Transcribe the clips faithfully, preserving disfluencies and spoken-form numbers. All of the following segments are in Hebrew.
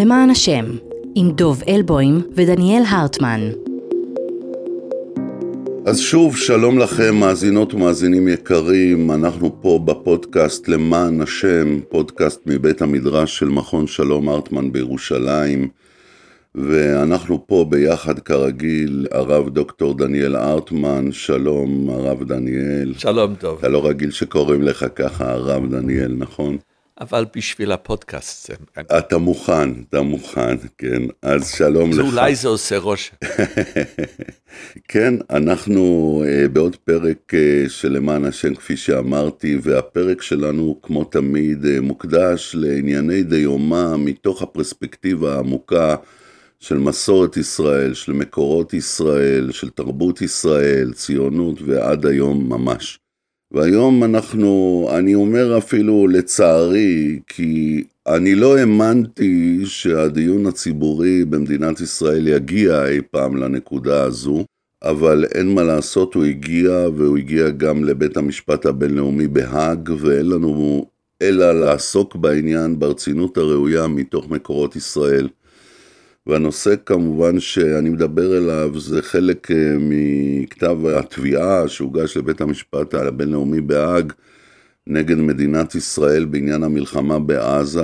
למען השם, עם דוב אלבוים ודניאל הרטמן. אז שוב, שלום לכם, מאזינות ומאזינים יקרים, אנחנו פה בפודקאסט למען השם, פודקאסט מבית המדרש של מכון שלום הרטמן בירושלים, ואנחנו פה ביחד כרגיל, הרב דוקטור דניאל הרטמן. שלום הרב דניאל. שלום טוב. אתה לא רגיל שקוראים לך ככה הרב דניאל, נכון? אבל בשביל הפודקאסט זה... אתה מוכן, אתה מוכן, כן, אז שלום לך. אולי זה עושה ראש. כן, אנחנו בעוד פרק של למען השם, כפי שאמרתי, והפרק שלנו כמו תמיד מוקדש לענייני דיומא מתוך הפרספקטיבה העמוקה של מסורת ישראל, של מקורות ישראל, של תרבות ישראל, ציונות ועד היום ממש. והיום אנחנו, אני אומר אפילו לצערי, כי אני לא האמנתי שהדיון הציבורי במדינת ישראל יגיע אי פעם לנקודה הזו, אבל אין מה לעשות, הוא הגיע, והוא הגיע גם לבית המשפט הבינלאומי בהאג, ואין לנו אלא לעסוק בעניין ברצינות הראויה מתוך מקורות ישראל. והנושא כמובן שאני מדבר אליו זה חלק מכתב התביעה שהוגש לבית המשפט הבינלאומי בהאג נגד מדינת ישראל בעניין המלחמה בעזה,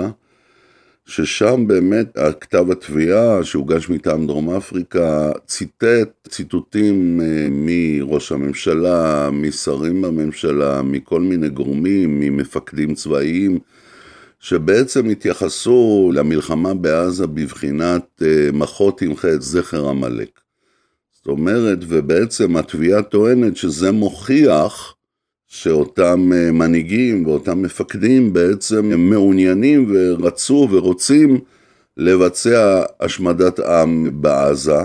ששם באמת הכתב התביעה שהוגש מטעם דרום אפריקה ציטט ציטוטים מראש הממשלה, משרים בממשלה, מכל מיני גורמים, ממפקדים צבאיים, שבעצם התייחסו למלחמה בעזה בבחינת מחות ימחה את זכר עמלק. זאת אומרת, ובעצם התביעה טוענת שזה מוכיח שאותם מנהיגים ואותם מפקדים בעצם הם מעוניינים ורצו ורוצים לבצע השמדת עם בעזה,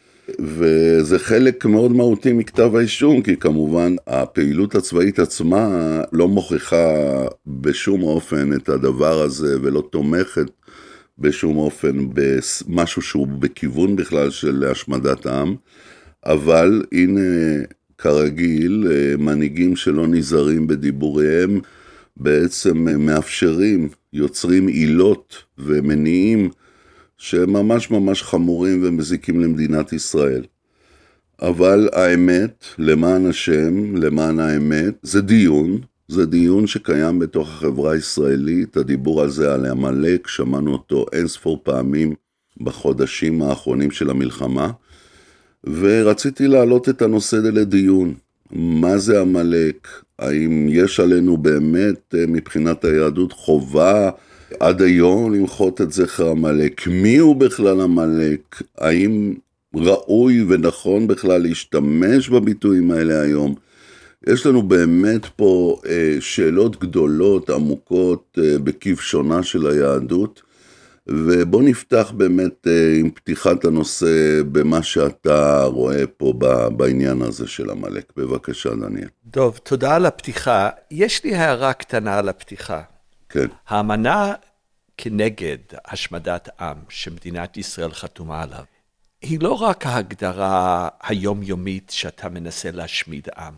וזה חלק מאוד מהותי מכתב האישום, כי כמובן הפעילות הצבאית עצמה לא מוכיחה בשום אופן את הדבר הזה, ולא תומכת בשום אופן במשהו שהוא בכיוון בכלל של השמדת עם, אבל הנה כרגיל מנהיגים שלא נזהרים בדיבוריהם, בעצם מאפשרים, יוצרים עילות ומניעים, שממש ממש חמורים ומזיקים למדינת ישראל. אבל האמת, למען השם, למען האמת, זה דיון, זה דיון שקיים בתוך החברה הישראלית. הדיבור הזה על עמלק, שמענו אותו אין ספור פעמים בחודשים האחרונים של המלחמה, ורציתי להעלות את הנושא לדיון. מה זה עמלק? האם יש עלינו באמת מבחינת היהדות חובה עד היום למחות את זכר עמלק? מי הוא בכלל עמלק? האם ראוי ונכון בכלל להשתמש בביטויים האלה היום? יש לנו באמת פה שאלות גדולות, עמוקות, בכבשונה של היהדות, ובוא נפתח באמת עם פתיחת הנושא במה שאתה רואה פה בעניין הזה של עמלק. בבקשה דניאל. טוב, תודה על הפתיחה. יש לי הערה קטנה על הפתיחה. כן. האמנה כנגד השמדת עם שמדינת ישראל חתומה עליו, היא לא רק ההגדרה היומיומית שאתה מנסה להשמיד עם.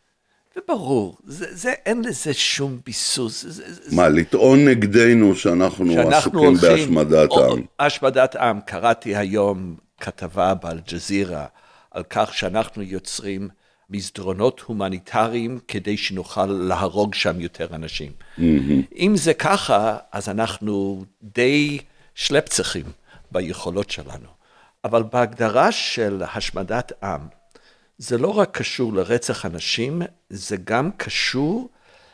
וברור, זה, זה, אין לזה שום ביסוס. זה, מה, זה... לטעון נגדנו שאנחנו, שאנחנו עסוקים בהשמדת או, עם? השמדת עם. קראתי היום כתבה באל-ג'זירה על כך שאנחנו יוצרים מסדרונות הומניטריים כדי שנוכל להרוג שם יותר אנשים. Mm-hmm. אם זה ככה, אז אנחנו די שלפצחים ביכולות שלנו. אבל בהגדרה של השמדת עם, זה לא רק קשור לרצח אנשים, זה גם קשור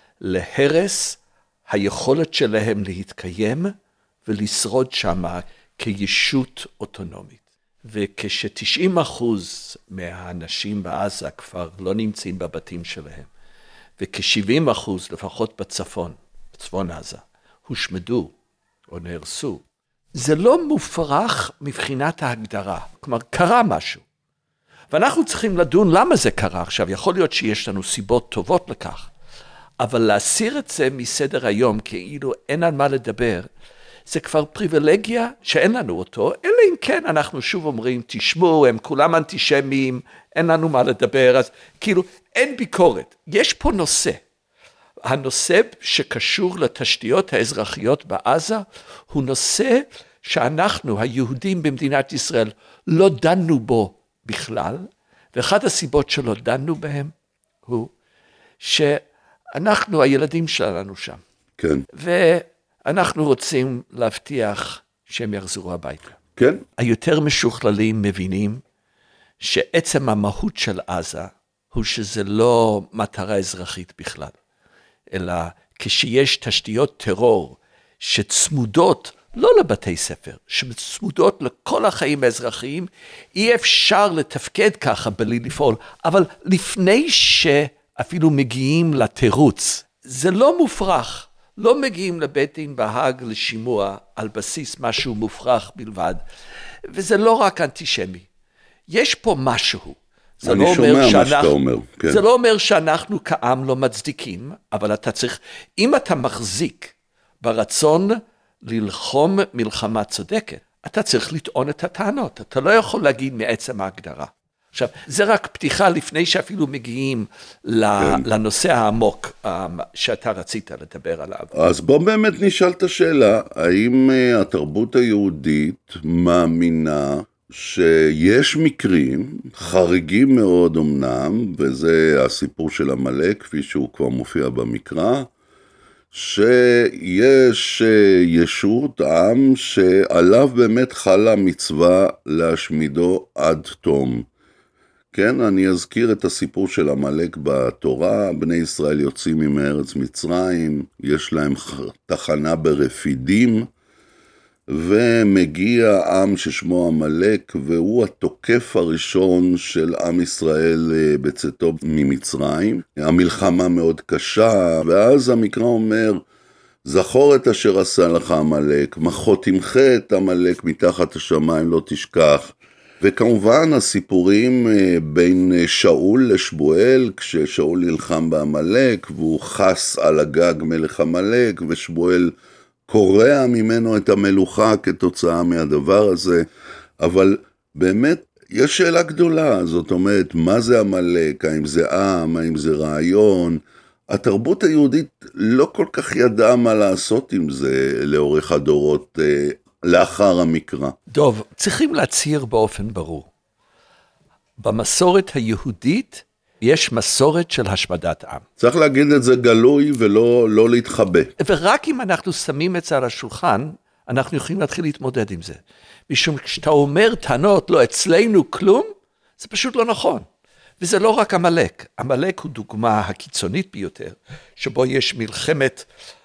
להרס היכולת שלהם להתקיים ולשרוד שם כישות אוטונומית. וכש-תשעים אחוז מהאנשים בעזה כבר לא נמצאים בבתים שלהם, וכ-שבעים אחוז לפחות בצפון, בצפון עזה, הושמדו או נהרסו, זה לא מופרך מבחינת ההגדרה. כלומר, קרה משהו. ואנחנו צריכים לדון למה זה קרה. עכשיו, יכול להיות שיש לנו סיבות טובות לכך, אבל להסיר את זה מסדר היום, כאילו אין על מה לדבר, זה כבר פריבילגיה שאין לנו אותו, אלא אם כן אנחנו שוב אומרים, תשמעו, הם כולם אנטישמים, אין לנו מה לדבר, אז כאילו אין ביקורת. יש פה נושא. הנושא שקשור לתשתיות האזרחיות בעזה, הוא נושא שאנחנו, היהודים במדינת ישראל, לא דנו בו בכלל, ואחת הסיבות שלא דנו בהם, הוא שאנחנו, הילדים שלנו שם. כן. ואנחנו רוצים להבטיח שהם יחזרו הביתה. כן. היותר משוכללים מבינים שעצם המהות של עזה, הוא שזה לא מטרה אזרחית בכלל, אלא כשיש תשתיות טרור שצמודות, לא לבתי ספר, שצמודות לכל החיים האזרחיים, אי אפשר לתפקד ככה בלי לפעול, אבל לפני שאפילו מגיעים לתירוץ, זה לא מופרך, לא מגיעים לבית דין בהאג לשימוע על בסיס משהו מופרך בלבד, וזה לא רק אנטישמי, יש פה משהו. זה אני לא שומע אומר מה שאנחנו, שאתה אומר. כן. זה לא אומר שאנחנו כעם לא מצדיקים, אבל אתה צריך, אם אתה מחזיק ברצון ללחום מלחמה צודקת, אתה צריך לטעון את הטענות, אתה לא יכול להגיד מעצם ההגדרה. עכשיו, זה רק פתיחה לפני שאפילו מגיעים כן. לנושא העמוק שאתה רצית לדבר עליו. אז בוא באמת נשאל את השאלה, האם התרבות היהודית מאמינה שיש מקרים חריגים מאוד אמנם, וזה הסיפור של עמלק, כפי שהוא כבר מופיע במקרא, שיש ישות עם שעליו באמת חלה מצווה להשמידו עד תום. כן, אני אזכיר את הסיפור של עמלק בתורה, בני ישראל יוצאים ממארץ מצרים, יש להם תחנה ברפידים, ומגיע עם ששמו עמלק, והוא התוקף הראשון של עם ישראל בצאתו ממצרים. המלחמה מאוד קשה, ואז המקרא אומר, זכור את אשר עשה לך עמלק, מחות תמחה את עמלק מתחת השמיים לא תשכח. וכמובן הסיפורים בין שאול לשבואל, כששאול נלחם בעמלק, והוא חס על הגג מלך עמלק, ושבואל קורע ממנו את המלוכה כתוצאה מהדבר הזה, אבל באמת יש שאלה גדולה, זאת אומרת, מה זה עמלק, האם זה עם, האם זה רעיון, התרבות היהודית לא כל כך ידעה מה לעשות עם זה לאורך הדורות לאחר המקרא. טוב, צריכים להצהיר באופן ברור, במסורת היהודית, יש מסורת של השמדת עם. צריך להגיד את זה גלוי ולא לא להתחבא. ורק אם אנחנו שמים את זה על השולחן, אנחנו יכולים להתחיל להתמודד עם זה. משום כשאתה אומר טענות, לא אצלנו כלום, זה פשוט לא נכון. וזה לא רק עמלק. עמלק הוא דוגמה הקיצונית ביותר, שבו יש מלחמת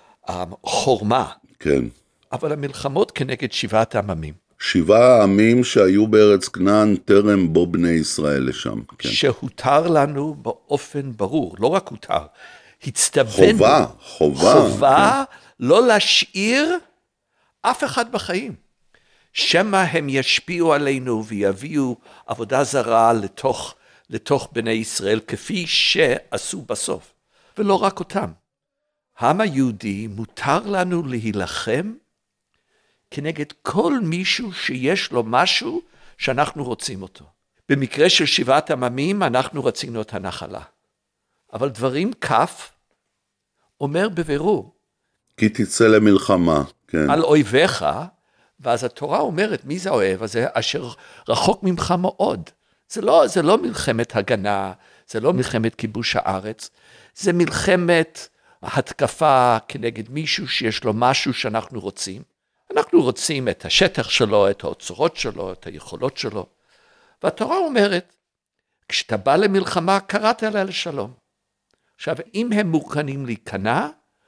חורמה. כן. אבל המלחמות כנגד שבעת העמים. שבעה עמים שהיו בארץ כנען טרם בו בני ישראל לשם. כן. שהותר לנו באופן ברור, לא רק הותר, הצטווינו. חובה, חובה. חובה כן. לא להשאיר אף אחד בחיים. שמא הם ישפיעו עלינו ויביאו עבודה זרה לתוך, לתוך בני ישראל, כפי שעשו בסוף. ולא רק אותם. העם היהודי מותר לנו להילחם, כנגד כל מישהו שיש לו משהו שאנחנו רוצים אותו. במקרה של שבעת עממים אנחנו רצינו את הנחלה. אבל דברים כף אומר בבירור. כי תצא למלחמה, כן. על אויביך, ואז התורה אומרת מי זה האויב הזה אשר רחוק ממך מאוד. זה לא, זה לא מלחמת הגנה, זה לא מלחמת כיבוש הארץ, זה מלחמת התקפה כנגד מישהו שיש לו משהו שאנחנו רוצים. אנחנו רוצים את השטח שלו, את האוצרות שלו, את היכולות שלו. והתורה אומרת, כשאתה בא למלחמה, קראת אליה לשלום. עכשיו, אם הם מוכנים להיכנע,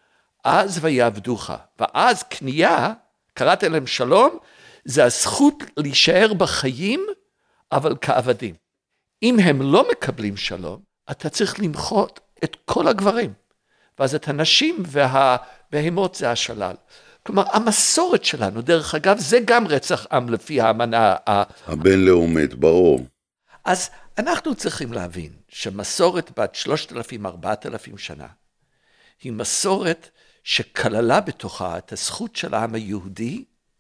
אז ויעבדוך. ואז קנייה, קראת אליהם שלום, זה הזכות להישאר בחיים, אבל כעבדים. אם הם לא מקבלים שלום, אתה צריך למחות את כל הגברים. ואז את הנשים והבהמות זה השלל. כלומר, המסורת שלנו, דרך אגב, זה גם רצח עם לפי האמנה הבינלאומית, ברור. אז אנחנו צריכים להבין שמסורת בת שלושת אלפים, ארבעת אלפים שנה, היא מסורת שכללה בתוכה את הזכות של העם היהודי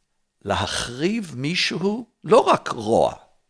להחריב מישהו, לא רק רוע.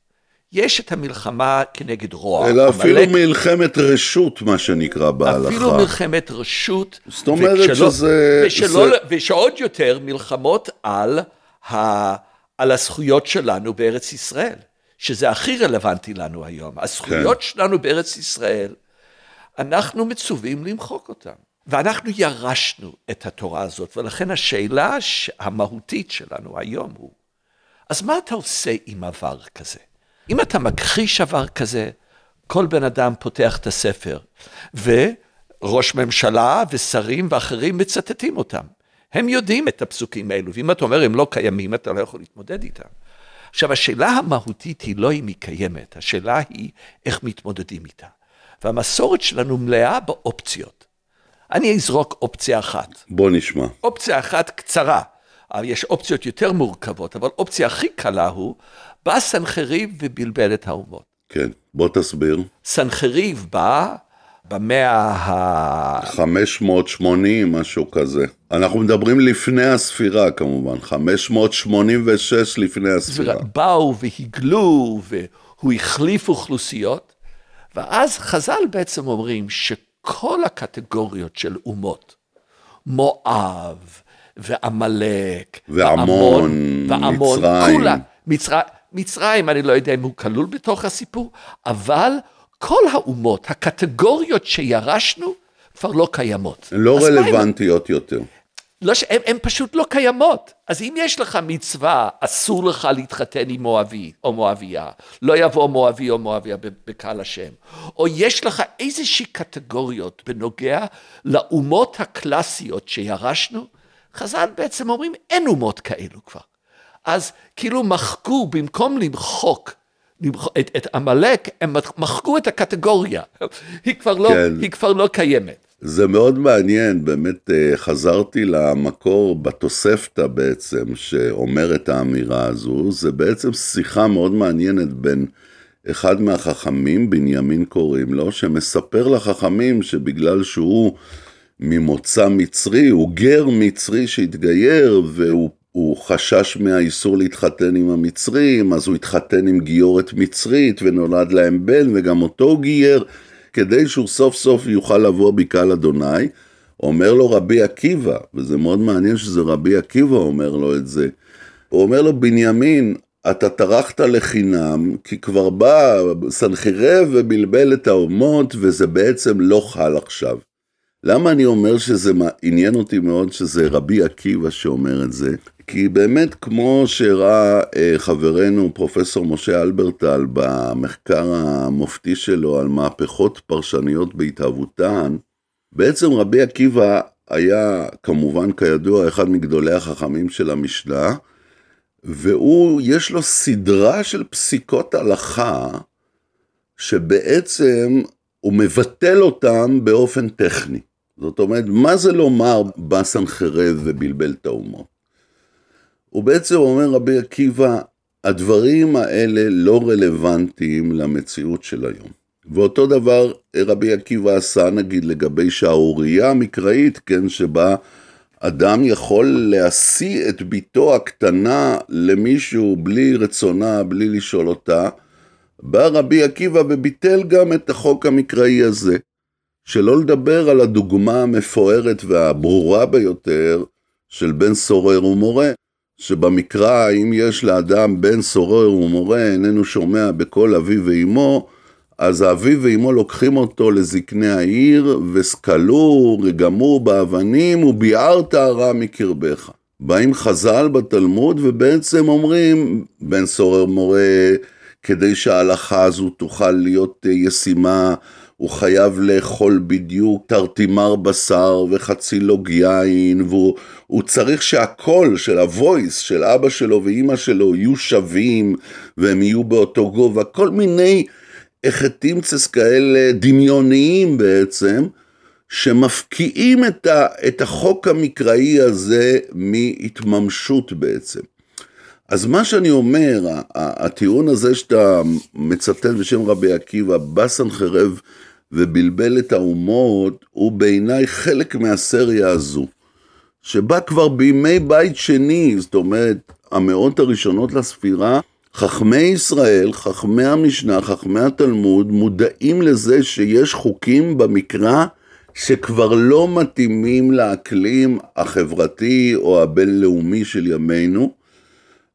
יש את המלחמה כנגד רוע. אלא אפילו המלך, מלחמת רשות, מה שנקרא בהלכה. אפילו מלחמת רשות. זאת אומרת ושלא, שזה... ושלא, זה... ושעוד יותר מלחמות על על הזכויות שלנו בארץ ישראל, שזה הכי רלוונטי לנו היום. הזכויות כן. שלנו בארץ ישראל, אנחנו מצווים למחוק אותם. ואנחנו ירשנו את התורה הזאת, ולכן השאלה המהותית שלנו היום הוא, אז מה אתה עושה עם עבר כזה? אם אתה מכחיש עבר כזה, כל בן אדם פותח את הספר, וראש ממשלה ושרים ואחרים מצטטים אותם. הם יודעים את הפסוקים האלו, ואם אתה אומר, הם לא קיימים, אתה לא יכול להתמודד איתם. עכשיו, השאלה המהותית היא לא אם היא קיימת, השאלה היא איך מתמודדים איתה. והמסורת שלנו מלאה באופציות. אני אזרוק אופציה אחת. בוא נשמע. אופציה אחת קצרה, יש אופציות יותר מורכבות, אבל אופציה הכי קלה הוא, בא סנחריב ובלבל את האומות. כן, בוא תסביר. סנחריב בא במאה ה... חמש מאות ושמונים, משהו כזה. אנחנו מדברים לפני הספירה כמובן, חמש מאות שמונים ושש לפני הספירה. באו והגלו, והוא החליף אוכלוסיות, ואז חז"ל בעצם אומרים שכל הקטגוריות של אומות, מואב, ועמלק, ועמון, ועמון, מצרים. כולה, מצרים, מצרים, אני לא יודע אם הוא כלול בתוך הסיפור, אבל כל האומות, הקטגוריות שירשנו, כבר לא קיימות. הן לא רלוונטיות יותר. לא, הן, הן פשוט לא קיימות. אז אם יש לך מצווה, אסור לך להתחתן עם מואבי או מואביה, לא יבוא מואבי או מואביה בקהל השם, או יש לך איזושהי קטגוריות בנוגע לאומות הקלאסיות שירשנו, חז"ל בעצם אומרים, אין אומות כאלו כבר. אז כאילו מחקו, במקום למחוק, את, את עמלק, הם מחקו את הקטגוריה. היא כבר לא, כן. היא כבר לא קיימת. זה מאוד מעניין, באמת חזרתי למקור בתוספתא בעצם, שאומר את האמירה הזו, זה בעצם שיחה מאוד מעניינת בין אחד מהחכמים, בנימין קוראים לו, שמספר לחכמים שבגלל שהוא ממוצא מצרי, הוא גר מצרי שהתגייר, והוא הוא חשש מהאיסור להתחתן עם המצרים, אז הוא התחתן עם גיורת מצרית, ונולד להם בן, וגם אותו גייר, כדי שהוא סוף סוף יוכל לבוא בקהל אדוני. אומר לו רבי עקיבא, וזה מאוד מעניין שזה רבי עקיבא אומר לו את זה, הוא אומר לו, בנימין, אתה טרחת לחינם, כי כבר בא סנחריב ובלבל את האומות, וזה בעצם לא חל עכשיו. למה אני אומר שזה עניין אותי מאוד שזה רבי עקיבא שאומר את זה? כי באמת כמו שראה חברנו פרופסור משה אלברטל במחקר המופתי שלו על מהפכות פרשניות בהתהוותן, בעצם רבי עקיבא היה כמובן כידוע אחד מגדולי החכמים של המשנה, והוא יש לו סדרה של פסיקות הלכה שבעצם הוא מבטל אותם באופן טכני. זאת אומרת, מה זה לומר בא סנחריב ובלבל את האומות? הוא בעצם אומר רבי עקיבא, הדברים האלה לא רלוונטיים למציאות של היום. ואותו דבר רבי עקיבא עשה נגיד לגבי שערורייה המקראית, כן, שבה אדם יכול להשיא את ביתו הקטנה למישהו בלי רצונה, בלי לשאול אותה, בא רבי עקיבא וביטל גם את החוק המקראי הזה, שלא לדבר על הדוגמה המפוארת והברורה ביותר של בן סורר ומורה, שבמקרא אם יש לאדם בן סורר ומורה איננו שומע בקול אביו ואמו, אז אביו ואמו לוקחים אותו לזקני העיר וסקלו, רגמו באבנים וביערת הרע מקרבך. באים חז"ל בתלמוד ובעצם אומרים בן סורר מורה, כדי שההלכה הזו תוכל להיות ישימה, הוא חייב לאכול בדיוק תרתימר בשר וחצי לוג יין, והוא צריך שהקול של הוויס של אבא שלו ואמא שלו יהיו שווים, והם יהיו באותו גובה, כל מיני החטמצס כאלה דמיוניים בעצם, שמפקיעים את, ה, את החוק המקראי הזה מהתממשות בעצם. אז מה שאני אומר, הטיעון הזה שאתה מצטט בשם רבי עקיבא, בא סנחריב ובלבל את האומות, הוא בעיניי חלק מהסריה הזו, שבא כבר בימי בית שני, זאת אומרת, המאות הראשונות לספירה, חכמי ישראל, חכמי המשנה, חכמי התלמוד, מודעים לזה שיש חוקים במקרא, שכבר לא מתאימים לאקלים החברתי או הבינלאומי של ימינו,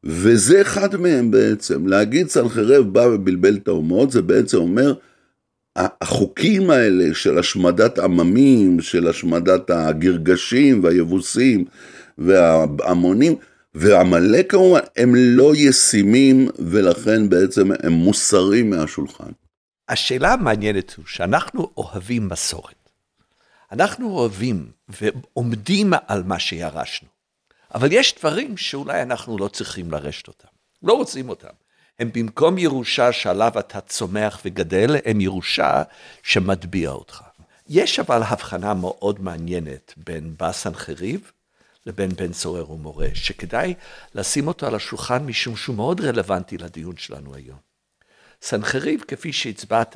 וזה אחד מהם בעצם, להגיד סנחריב בא ובלבל את האומות, זה בעצם אומר, החוקים האלה של השמדת עממים, של השמדת הגרגשים והיבוסים וההמונים, והעמלק כמובן, הם לא ישימים, ולכן בעצם הם מוסרים מהשולחן. השאלה המעניינת הוא שאנחנו אוהבים מסורת. אנחנו אוהבים ועומדים על מה שירשנו. אבל יש דברים שאולי אנחנו לא צריכים לרשת אותם. לא רוצים אותם. הם במקום ירושה שעליו אתה צומח וגדל, הם ירושה שמטביע אותך. יש אבל הבחנה מאוד מעניינת בין בא סנחריב לבין בן סורר ומורה, שכדאי לשים אותו על השולחן משום שהוא מאוד רלוונטי לדיון שלנו היום. סנחריב, כפי שהצבעת,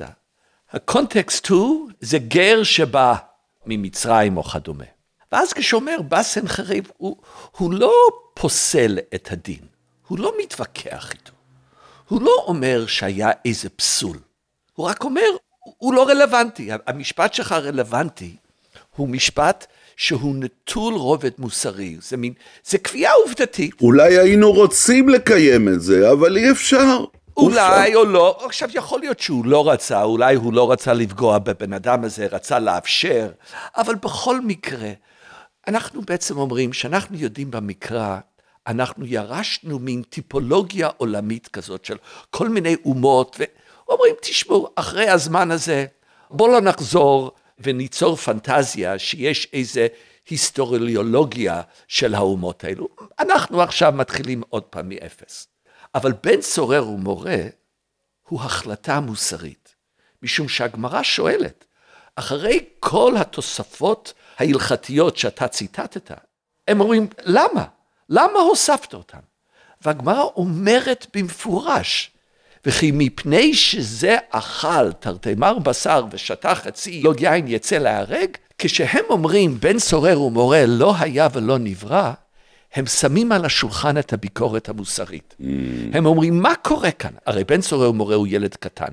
הקונטקסט הוא, זה גר שבא ממצרים או כדומה. ואז כשאומר בא סנחריב, הוא, הוא לא פוסל את הדין, הוא לא מתווכח איתו. הוא לא אומר שהיה איזה פסול, הוא רק אומר, הוא לא רלוונטי. המשפט שלך רלוונטי, הוא משפט שהוא נטול רובד מוסרי, זה מין, זה קביעה עובדתית. אולי היינו רוצים לקיים את זה, אבל אי אפשר. אולי או לא, עכשיו יכול להיות שהוא לא רצה, אולי הוא לא רצה לפגוע בבן אדם הזה, רצה לאפשר, אבל בכל מקרה, אנחנו בעצם אומרים שאנחנו יודעים במקרא, אנחנו ירשנו מין טיפולוגיה עולמית כזאת של כל מיני אומות, ואומרים, תשמעו, אחרי הזמן הזה, בואו לא נחזור וניצור פנטזיה שיש איזה היסטוריולוגיה של האומות האלו. אנחנו עכשיו מתחילים עוד פעם מאפס. אבל בן סורר ומורה הוא החלטה מוסרית, משום שהגמרא שואלת, אחרי כל התוספות ההלכתיות שאתה ציטטת, הם אומרים, למה? למה הוספת אותם? והגמרא אומרת במפורש, וכי מפני שזה אכל תרתמר בשר ושתה חצי לא יין יצא להרג, כשהם אומרים בן סורר ומורה לא היה ולא נברא, הם שמים על השולחן את הביקורת המוסרית. Mm. הם אומרים, מה קורה כאן? הרי בן סורר ומורה הוא ילד קטן.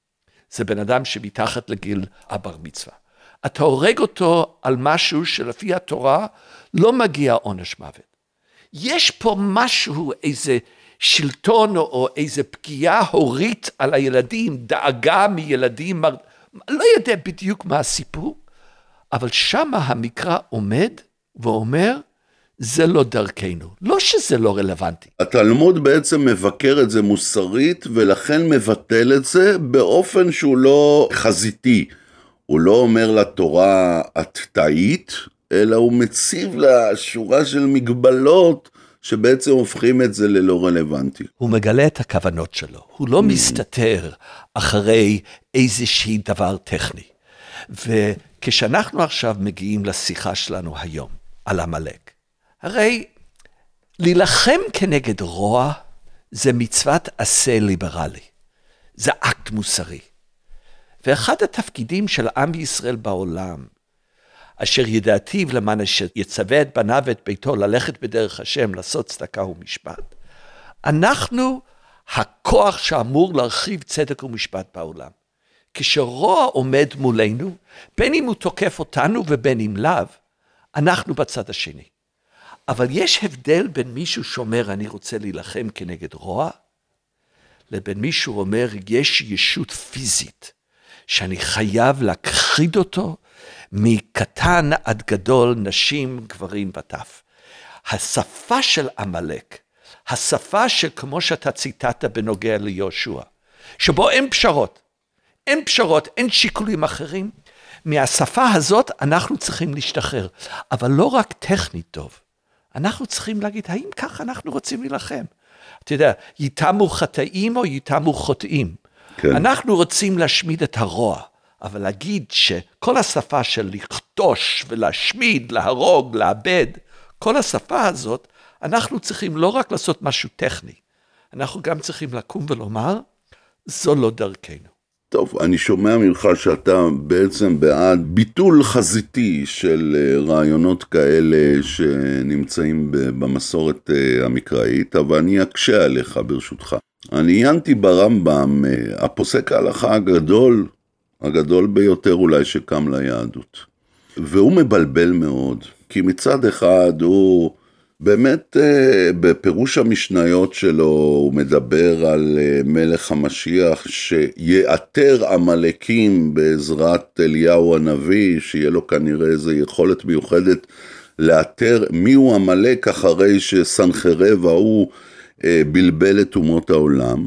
זה בן אדם שמתחת לגיל הבר מצווה. אתה הורג אותו על משהו שלפי התורה לא מגיע עונש מוות. יש פה משהו, איזה שלטון או איזה פגיעה הורית על הילדים, דאגה מילדים, לא יודע בדיוק מה הסיפור, אבל שמה המקרא עומד ואומר, זה לא דרכנו, לא שזה לא רלוונטי. התלמוד בעצם מבקר את זה מוסרית, ולכן מבטל את זה באופן שהוא לא חזיתי. הוא לא אומר לתורה, את טעית, אלא הוא מציב לה שורה של מגבלות, שבעצם הופכים את זה ללא רלוונטי. הוא מגלה את הכוונות שלו, הוא לא מסתתר אחרי איזושהי דבר טכני. וכשאנחנו עכשיו מגיעים לשיחה שלנו היום, על עמלק, הרי להילחם כנגד רוע, זה מצוות עשה ליברלי, זה אקט מוסרי. ואחד התפקידים של עם בישראל בעולם, אשר ידעתיו למען אשר יצווה את בניו ואת ביתו ללכת בדרך השם, לעשות צדקה ומשפט, אנחנו הכוח שאמור להרחיב צדק ומשפט בעולם. כשרוע עומד מולנו, בין אם הוא תוקף אותנו ובין אם לאו, אנחנו בצד השני. אבל יש הבדל בין מישהו שאומר אני רוצה להילחם כנגד רוע, לבין מישהו אומר יש ישות פיזית, שאני חייב להכחיד אותו, מקטן עד גדול, נשים, גברים וטף. השפה של עמלק, השפה שכמו שאתה ציטטת בנוגע ליהושע, שבו אין פשרות, אין פשרות, אין שיקולים אחרים, מהשפה הזאת אנחנו צריכים להשתחרר, אבל לא רק טכנית טוב, אנחנו צריכים להגיד, האם ככה אנחנו רוצים להילחם? אתה יודע, יתמו חטאים או יתמו חוטאים? כן. אנחנו רוצים להשמיד את הרוע, אבל להגיד שכל השפה של לכתוש ולהשמיד, להרוג, לאבד, כל השפה הזאת, אנחנו צריכים לא רק לעשות משהו טכני, אנחנו גם צריכים לקום ולומר, זו לא דרכנו. טוב, אני שומע ממך שאתה בעצם בעד ביטול חזיתי של רעיונות כאלה שנמצאים במסורת המקראית, אבל אני אקשה עליך ברשותך. אני עיינתי ברמב"ם, הפוסק ההלכה הגדול, הגדול ביותר אולי שקם ליהדות. והוא מבלבל מאוד, כי מצד אחד הוא באמת בפירוש המשניות שלו הוא מדבר על מלך המשיח שיאתר עמלקים בעזרת אליהו הנביא, שיהיה לו כנראה איזו יכולת מיוחדת לאתר מיהו עמלק אחרי שסנחריב ההוא בלבל את אומות העולם.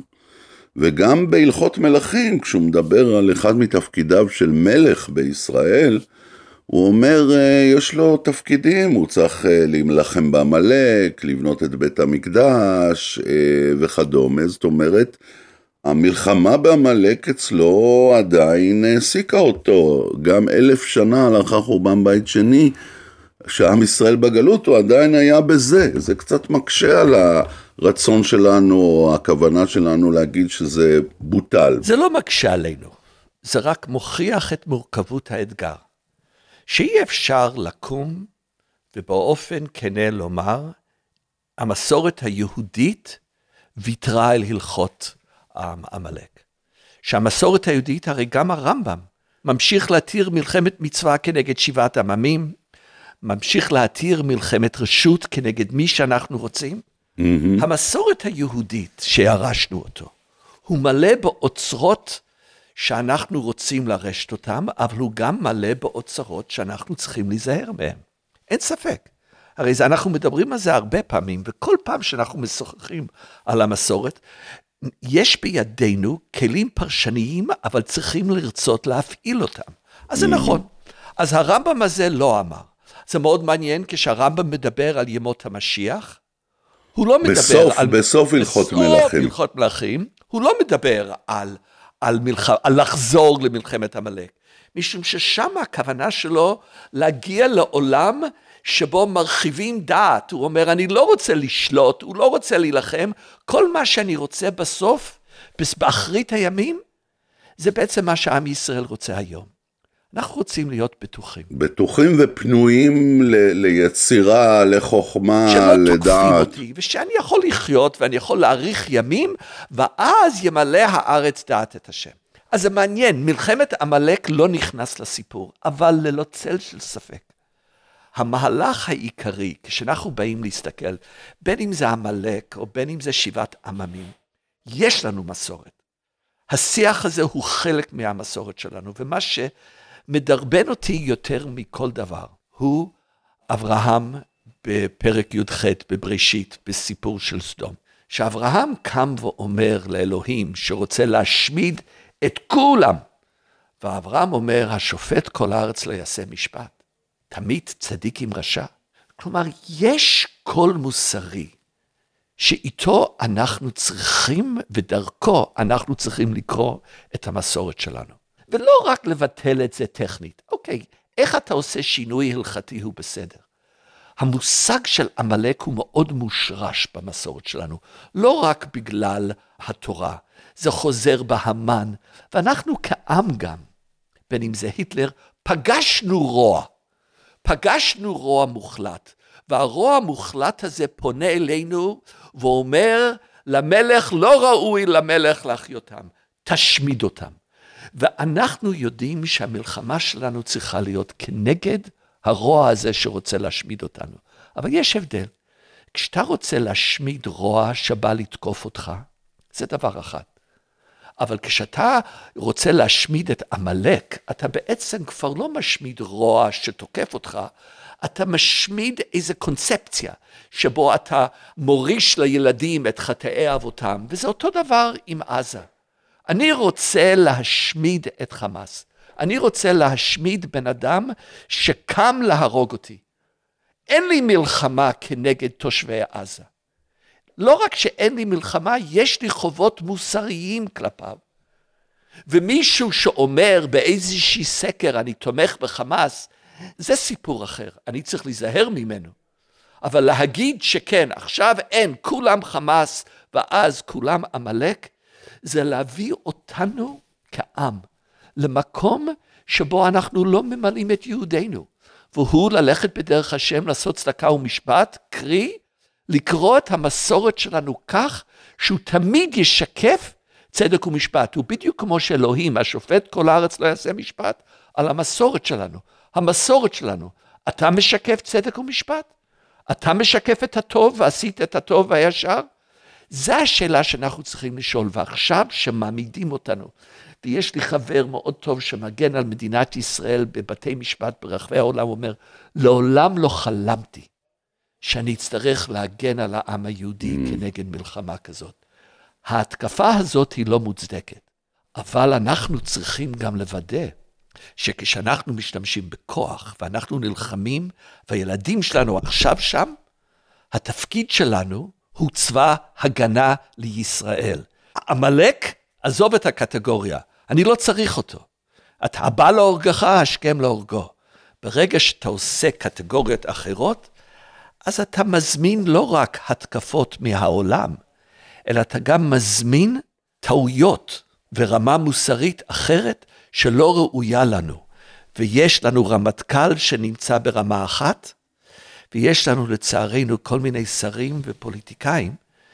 וגם בהלכות מלכים, כשהוא מדבר על אחד מתפקידיו של מלך בישראל, הוא אומר, יש לו תפקידים, הוא צריך להילחם בעמלק, לבנות את בית המקדש וכדומה. זאת אומרת, המלחמה בעמלק אצלו עדיין העסיקה אותו. גם אלף שנה לאחר חורבן בית שני, שעם ישראל בגלות, הוא עדיין היה בזה. זה קצת מקשה על הרצון שלנו, או הכוונה שלנו להגיד שזה בוטל. זה לא מקשה עלינו, זה רק מוכיח את מורכבות האתגר. שאי אפשר לקום ובאופן כנה לומר, המסורת היהודית ויתרה על הלכות עמלק. שהמסורת היהודית, הרי גם הרמב"ם, ממשיך להתיר מלחמת מצווה כנגד שבעת עממים, ממשיך להתיר מלחמת רשות כנגד מי שאנחנו רוצים. Mm-hmm. המסורת היהודית שירשנו אותו, הוא מלא באוצרות שאנחנו רוצים לרשת אותם, אבל הוא גם מלא באוצרות שאנחנו צריכים להיזהר מהם. אין ספק. הרי זה, אנחנו מדברים על זה הרבה פעמים, וכל פעם שאנחנו משוחחים על המסורת, יש בידינו כלים פרשניים, אבל צריכים לרצות להפעיל אותם. אז זה נכון. אז הרמב"ם הזה לא אמר. זה מאוד מעניין, כשהרמב"ם מדבר על ימות המשיח, הוא לא מדבר בסוף, על... בסוף הלכות מלכים. בסוף הלכות מלכים, הוא לא מדבר על... על, מלח... על לחזור למלחמת עמלק, משום ששם הכוונה שלו להגיע לעולם שבו מרחיבים דעת. הוא אומר, אני לא רוצה לשלוט, הוא לא רוצה להילחם, כל מה שאני רוצה בסוף, באחרית הימים, זה בעצם מה שעם ישראל רוצה היום. אנחנו רוצים להיות בטוחים. בטוחים ופנויים ל- ליצירה, לחוכמה, שלא לדעת. תוקפים אותי, ושאני יכול לחיות ואני יכול להאריך ימים, ואז ימלא הארץ דעת את השם. אז זה מעניין, מלחמת עמלק לא נכנס לסיפור, אבל ללא צל של ספק. המהלך העיקרי, כשאנחנו באים להסתכל, בין אם זה עמלק או בין אם זה שבעת עממים, יש לנו מסורת. השיח הזה הוא חלק מהמסורת שלנו, ומה ש... מדרבן אותי יותר מכל דבר, הוא אברהם בפרק י"ח בבראשית, בסיפור של סדום. שאברהם קם ואומר לאלוהים שרוצה להשמיד את כולם, ואברהם אומר, השופט כל הארץ לא יעשה משפט, תמיד צדיק עם רשע. כלומר, יש קול מוסרי, שאיתו אנחנו צריכים, ודרכו אנחנו צריכים לקרוא את המסורת שלנו. ולא רק לבטל את זה טכנית. אוקיי, איך אתה עושה שינוי הלכתי הוא בסדר. המושג של עמלק הוא מאוד מושרש במסורת שלנו. לא רק בגלל התורה, זה חוזר בהמן. ואנחנו כעם גם, בין אם זה היטלר, פגשנו רוע. פגשנו רוע מוחלט. והרוע המוחלט הזה פונה אלינו ואומר, למלך לא ראוי למלך להחיותם. תשמיד אותם. ואנחנו יודעים שהמלחמה שלנו צריכה להיות כנגד הרוע הזה שרוצה להשמיד אותנו. אבל יש הבדל. כשאתה רוצה להשמיד רוע שבא לתקוף אותך, זה דבר אחד. אבל כשאתה רוצה להשמיד את עמלק, אתה בעצם כבר לא משמיד רוע שתוקף אותך, אתה משמיד איזו קונספציה, שבו אתה מוריש לילדים את חטאי אבותם, וזה אותו דבר עם עזה. אני רוצה להשמיד את חמאס. אני רוצה להשמיד בן אדם שקם להרוג אותי. אין לי מלחמה כנגד תושבי עזה. לא רק שאין לי מלחמה, יש לי חובות מוסריים כלפיו. ומישהו שאומר באיזושהי סקר, אני תומך בחמאס, זה סיפור אחר. אני צריך להיזהר ממנו. אבל להגיד שכן, עכשיו אין, כולם חמאס, ואז כולם עמלק, זה להביא אותנו כעם למקום שבו אנחנו לא ממלאים את יהודינו, והוא ללכת בדרך השם, לעשות צדקה ומשפט, קרי, לקרוא את המסורת שלנו כך, שהוא תמיד ישקף צדק ומשפט. הוא בדיוק כמו שאלוהים, השופט כל הארץ לא יעשה משפט, על המסורת שלנו. המסורת שלנו, אתה משקף צדק ומשפט? אתה משקף את הטוב ועשית את הטוב והישר? זו השאלה שאנחנו צריכים לשאול, ועכשיו שמעמידים אותנו. ויש לי חבר מאוד טוב שמגן על מדינת ישראל בבתי משפט ברחבי העולם, הוא אומר, לעולם לא חלמתי שאני אצטרך להגן על העם היהודי mm. כנגד מלחמה כזאת. ההתקפה הזאת היא לא מוצדקת, אבל אנחנו צריכים גם לוודא שכשאנחנו משתמשים בכוח ואנחנו נלחמים והילדים שלנו עכשיו שם, התפקיד שלנו הוא צבא הגנה לישראל. עמלק, עזוב את הקטגוריה, אני לא צריך אותו. אתה הבא להורגך, השכם להורגו. ברגע שאתה עושה קטגוריות אחרות, אז אתה מזמין לא רק התקפות מהעולם, אלא אתה גם מזמין טעויות ורמה מוסרית אחרת שלא ראויה לנו. ויש לנו רמטכ"ל שנמצא ברמה אחת, ויש לנו לצערנו כל מיני שרים ופוליטיקאים,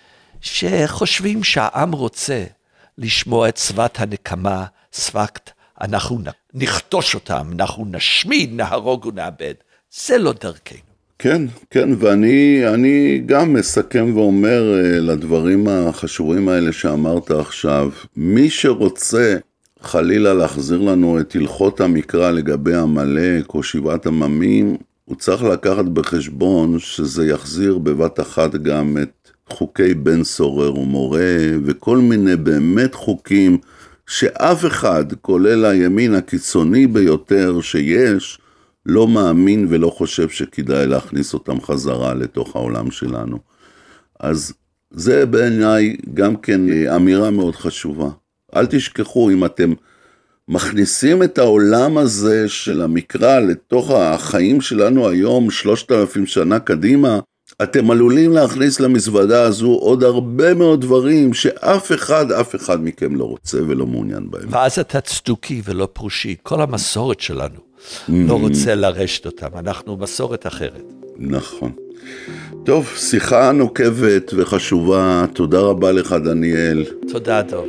שחושבים שהעם רוצה לשמוע את שפת הנקמה, שפת אנחנו נכתוש אותם, אנחנו נשמיד, נהרוג ונאבד. זה לא דרכנו. כן, כן, ואני אני גם מסכם ואומר לדברים החשובים האלה שאמרת עכשיו, מי שרוצה חלילה להחזיר לנו את הלכות המקרא לגבי עמלק או שבעת עממים, הוא צריך לקחת בחשבון שזה יחזיר בבת אחת גם את חוקי בן סורר ומורה, וכל מיני באמת חוקים שאף אחד, כולל הימין הקיצוני ביותר שיש, לא מאמין ולא חושב שכדאי להכניס אותם חזרה לתוך העולם שלנו. אז זה בעיניי גם כן אמירה מאוד חשובה. אל תשכחו, אם אתם מכניסים את העולם הזה של המקרא לתוך החיים שלנו היום, שלושת אלפים שנה קדימה, אתם עלולים להכניס למזוודה הזו עוד הרבה מאוד דברים שאף אחד, אף אחד מכם לא רוצה ולא מעוניין בהם. ואז אתה צדוקי ולא פרושי. כל המסורת שלנו לא רוצה לרשת אותם. אנחנו מסורת אחרת. נכון. טוב, שיחה נוקבת וחשובה. תודה רבה לך, דניאל. תודה, דב.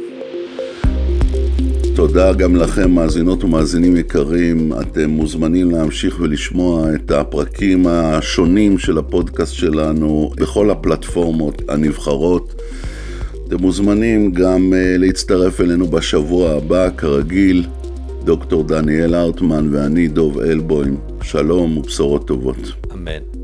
תודה גם לכם, מאזינות ומאזינים יקרים. אתם מוזמנים להמשיך ולשמוע את הפרקים השונים של הפודקאסט שלנו בכל הפלטפורמות הנבחרות. אתם מוזמנים גם להצטרף אלינו בשבוע הבא, כרגיל. דוקטור דניאל הרטמן ואני דוב אלבוים. שלום ובשורות טובות. אמן.